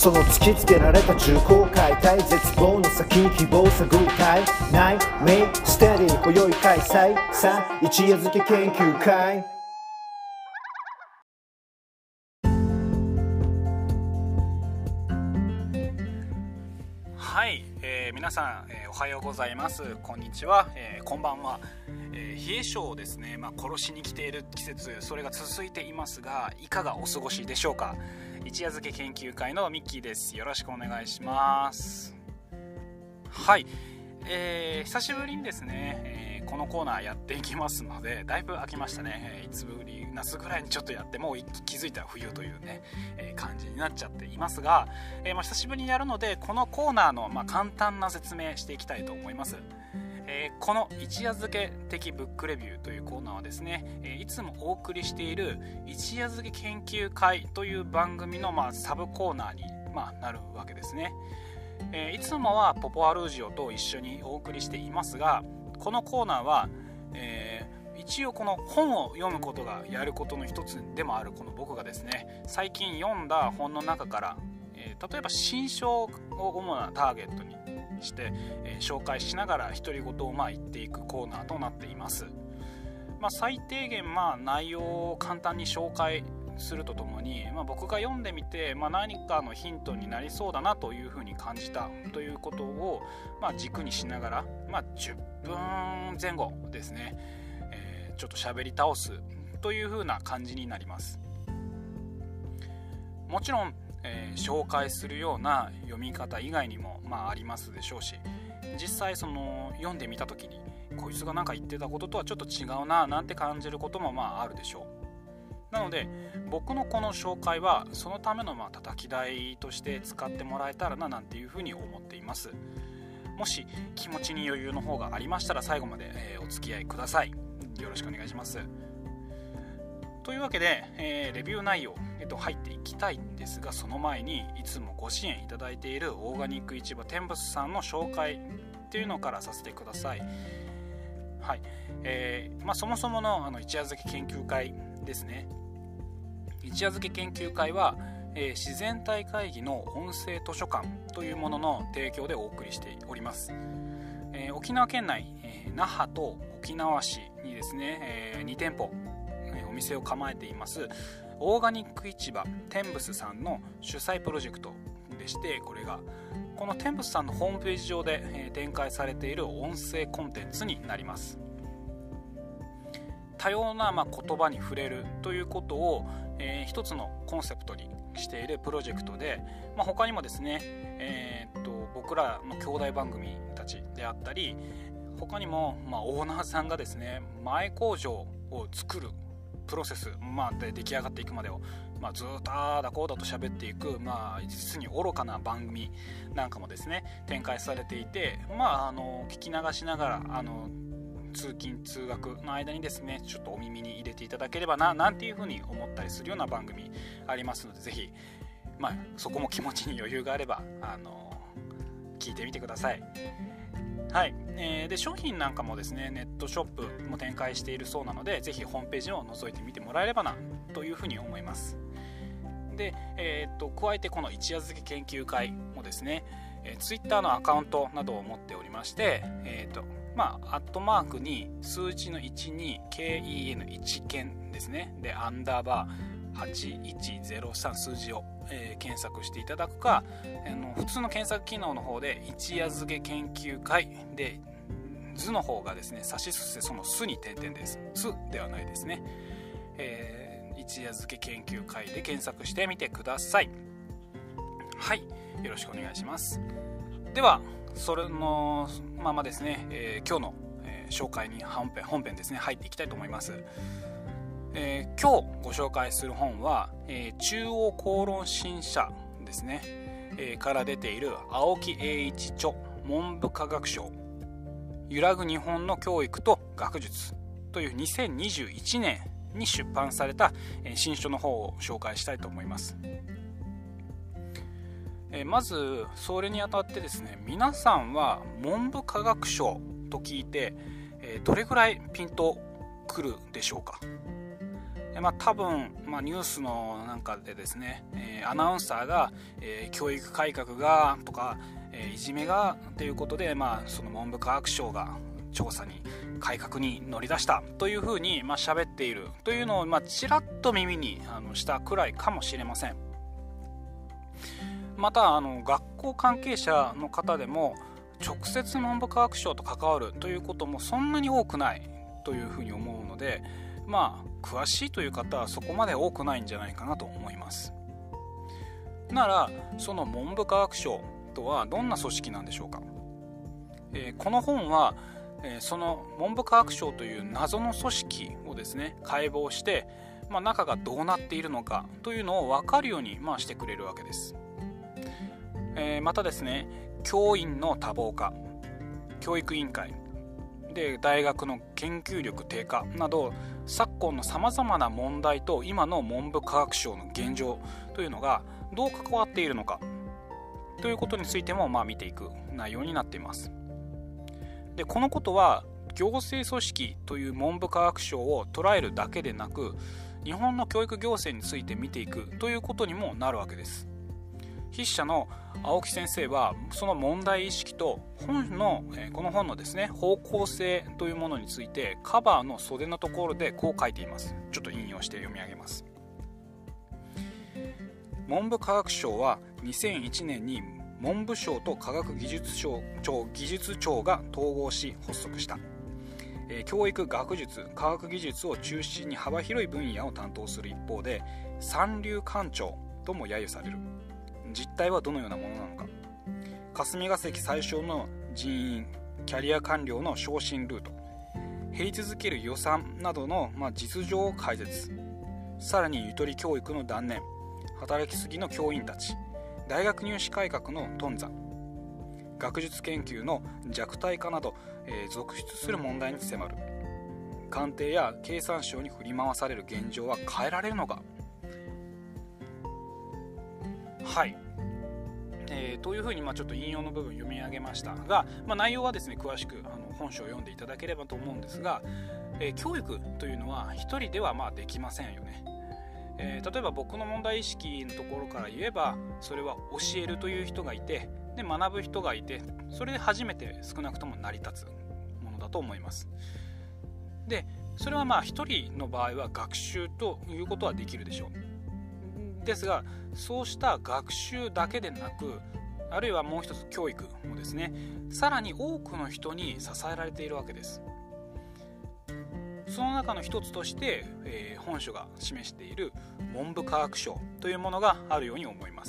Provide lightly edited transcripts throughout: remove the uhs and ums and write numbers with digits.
その突きつけられた重厚解体、絶望の先に希望探るたい。ナイメイステディ今宵開催、一夜漬け研究会。 はい、皆さん、おはようございます、こんにちは、こんばんは。冷え性をですね、殺しに来ている季節、それが続いていますが、いかがお過ごしでしょうか。一夜漬け研究会のミッキーです。よろしくお願いします。はい、久しぶりにですね、このコーナーやっていきますので、だいぶ空きましたね。いつぶり夏ぐらいにちょっとやって、もう気づいたら冬というね、感じになっちゃっていますが、久しぶりにやるので、このコーナーの、簡単な説明していきたいと思います。この一夜漬け的ブックレビューというコーナーはですね、いつもお送りしている一夜漬け研究会という番組の、サブコーナーに、なるわけですね。いつもはポポアルージオと一緒にお送りしていますが、このコーナーは、一応この本を読むことがやることの一つでもあるこの僕がですね、最近読んだ本の中から、例えば新書を主なターゲットにして、紹介しながら独り言を言っていくコーナーとなっています。最低限内容を簡単に紹介するとともに、僕が読んでみて、何かのヒントになりそうだなというふうに感じたということを、軸にしながら、10分前後ですね、ちょっと喋り倒すというふうな感じになります。もちろん、紹介するような読み方以外にも、ありますでしょうし、実際その読んでみた時にこいつが何か言ってたこととはちょっと違うななんて感じることもあるでしょう。なので僕のこの紹介はそのための叩き台として使ってもらえたらななんていうふうに思っています。もし気持ちに余裕の方がありましたら最後まで、お付き合いください。よろしくお願いします。というわけで、レビュー内容、入っていきたいんですが、その前にいつもご支援いただいているオーガニック市場テンブスさんの紹介っていうのからさせてください。はい、そもそもの一夜漬け研究会ですね。一夜漬け研究会は、自然体会議の音声図書館というものの提供でお送りしております。沖縄県内、那覇と沖縄市にですね、2店舗、お店を構えていますオーガニック市場テンブスさんの主催プロジェクトでして、このテンブスさんのホームページ上で、展開されている音声コンテンツになります。多様な、言葉に触れるということを、一つのコンセプトにしているプロジェクトで、他にもですね、僕らの兄弟番組たちであったり、他にも、オーナーさんがですね、前工場を作るプロセス、で出来上がっていくまでを、ずっとあーだこうだと喋っていく、実に愚かな番組なんかもですね展開されていて、聞き流しながら通勤通学の間にですねちょっとお耳に入れていただければななんていうふうに思ったりするような番組ありますので、ぜひ、そこも気持ちに余裕があれば聞いてみてください。はい、で商品なんかもですねネットショップも展開しているそうなので、ぜひホームページを覗いてみてもらえればなというふうに思います。で、加えてこの一夜漬け研究会もですね、ツイッターのアカウントなどを持っておりまして、アットマークに数字の1に KEN1 件ですね、でアンダーバー8103数字を、検索していただくか、普通の検索機能の方で一夜漬け研究会で図の方がですね、さしすせそのすに点々です。つではないですね。一夜漬け研究会で検索してみてください。はい、よろしくお願いします。ではそれのままですね、今日の、紹介に本編ですね入っていきたいと思います。今日ご紹介する本は、中央公論新社ですね、から出ている青木英一著文部科学省揺らぐ日本の教育と学術という2021年に出版された、新書の方を紹介したいと思います。まずそれにあたってですね、皆さんは文部科学省と聞いて、どれぐらいピンとくるでしょうか。 多分、ニュースのなんかでですね、アナウンサーが、教育改革がとか、いじめがということで、その文部科学省が調査に改革に乗り出したというふうに喋っているというのをちらっと耳にしたくらいかもしれません。また学校関係者の方でも直接文部科学省と関わるということもそんなに多くないというふうに思うので、詳しいという方はそこまで多くないんじゃないかなと思います。ならその文部科学省とはどんな組織なんでしょうか。この本はその文部科学省という謎の組織をですね解剖して、中がどうなっているのかというのを分かるようにしてくれるわけです。またですね、教員の多忙化、教育委員会で大学の研究力低下など昨今のさまざまな問題と今の文部科学省の現状というのがどう関わっているのかということについても見ていく内容になっています。でこのことは行政組織という文部科学省を捉えるだけでなく、日本の教育行政について見ていくということにもなるわけです。筆者の青木先生はその問題意識とこの本のですね方向性というものについてカバーの袖のところでこう書いています。ちょっと引用して読み上げます。文部科学省は2001年に文部省と科学技術庁が統合し発足した。教育学術科学技術を中心に幅広い分野を担当する一方で三流官庁とも揶揄される。実態はどのようなものなのか。霞が関最小の人員キャリア官僚の昇進ルート、減り続ける予算などの実情を解説、さらにゆとり教育の断念、働きすぎの教員たち、大学入試改革の頓挫、学術研究の弱体化など、続出する問題に迫る。官邸や経産省に振り回される現状は変えられるのか。はい、というふうにちょっと引用の部分読み上げましたが、内容はですね詳しく本書を読んでいただければと思うんですが、教育というのは一人ではできませんよね。例えば僕の問題意識のところから言えば、それは教えるという人がいて、で学ぶ人がいて、それで初めて少なくとも成り立つものだと思います。でそれは一人の場合は学習ということはできるでしょう。ですがそうした学習だけでなく、あるいはもう一つ教育もですね、さらに多くの人に支えられているわけです。その中の一つとして、本書が示している文部科学省というものがあるように思います。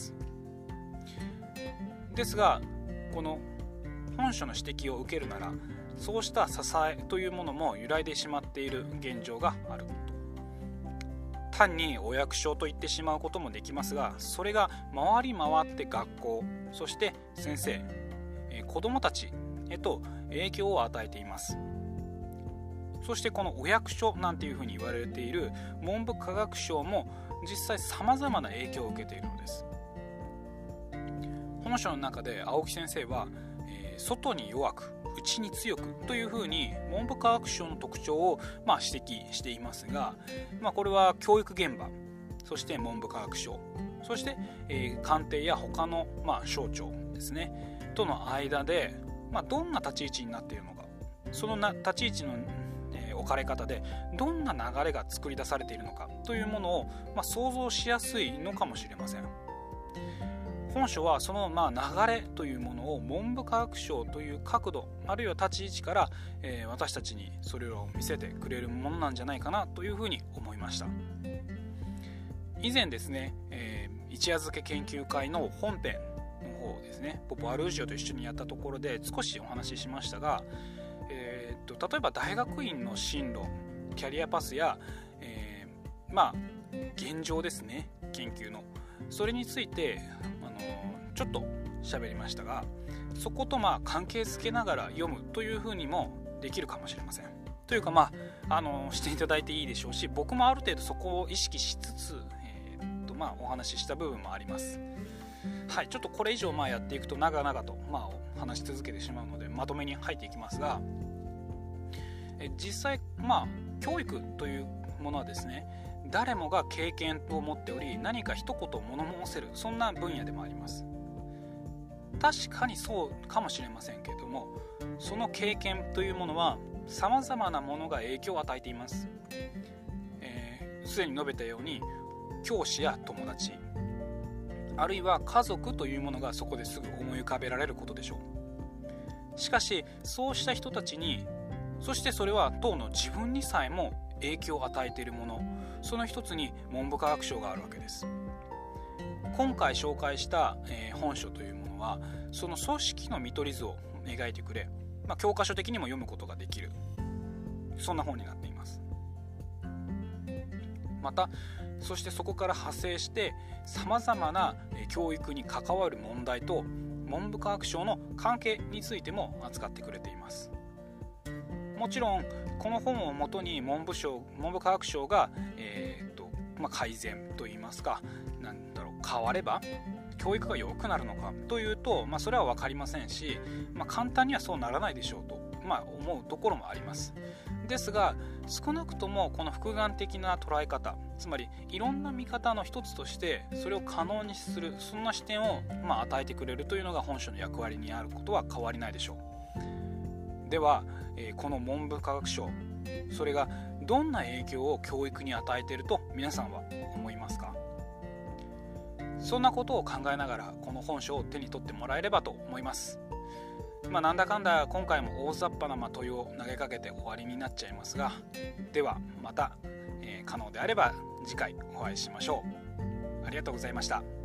ですがこの本書の指摘を受けるなら、そうした支えというものも揺らいでしまっている現状がある。単にお役所と言ってしまうこともできますが、それが回り回って学校、そして先生、子どもたちへと影響を与えています。そしてこのお役所なんていうふうに言われている文部科学省も実際さまざまな影響を受けているのです。この書の中で青木先生は、外に弱く内に強くというふうに文部科学省の特徴を指摘していますが、これは教育現場、そして文部科学省、そして、官邸や他の省庁ですねとの間で、どんな立ち位置になっているのか、その立ち位置の、置かれ方でどんな流れが作り出されているのかというものを、想像しやすいのかもしれません。本書はその流れというものを文部科学省という角度、あるいは立ち位置から、私たちにそれを見せてくれるものなんじゃないかなというふうに思いました。以前ですね、一夜漬け研究会の本編の方ですね、ポポアルージオと一緒にやったところで少しお話ししましたが、例えば大学院の進路、キャリアパスや、現状ですね、研究のそれについてちょっと喋りましたが、そこと関係づけながら読むというふうにもできるかもしれません。というかしていただいていいでしょうし、僕もある程度そこを意識しつつ、お話しした部分もあります。はい、ちょっとこれ以上やっていくと長々と話し続けてしまうのでまとめに入っていきますが、実際教育というものはですね、 誰もが経験と思っており、何か一言物申せる、そんな分野でもあります。確かにそうかもしれませんけれども、その経験というものはさまざまなものが影響を与えています。すでに述べたように、教師や友達、あるいは家族というものがそこですぐ思い浮かべられることでしょう。しかしそうした人たちに、そしてそれは当の自分にさえも影響を与えているもの、その一つに文部科学省があるわけです。今回紹介した、本書というものは、その組織の見取り図を描いてくれ、教科書的にも読むことができる、そんな本になっています。またそしてそこから派生してさまざまな教育に関わる問題と文部科学省の関係についても扱ってくれています。もちろんこの本をもとに文部科学省が、改善といいますか、変われば教育が良くなるのかというと、それは分かりませんし、簡単にはそうならないでしょうと、思うところもあります。ですが少なくともこの複眼的な捉え方、つまりいろんな見方の一つとしてそれを可能にする、そんな視点を与えてくれるというのが本書の役割にあることは変わりないでしょう。では、この文部科学省、それがどんな影響を教育に与えていると皆さんは思いますか？そんなことを考えながらこの本書を手に取ってもらえればと思います。なんだかんだ今回も大雑把な問いを投げかけて終わりになっちゃいますが、ではまた、可能であれば次回お会いしましょう。ありがとうございました。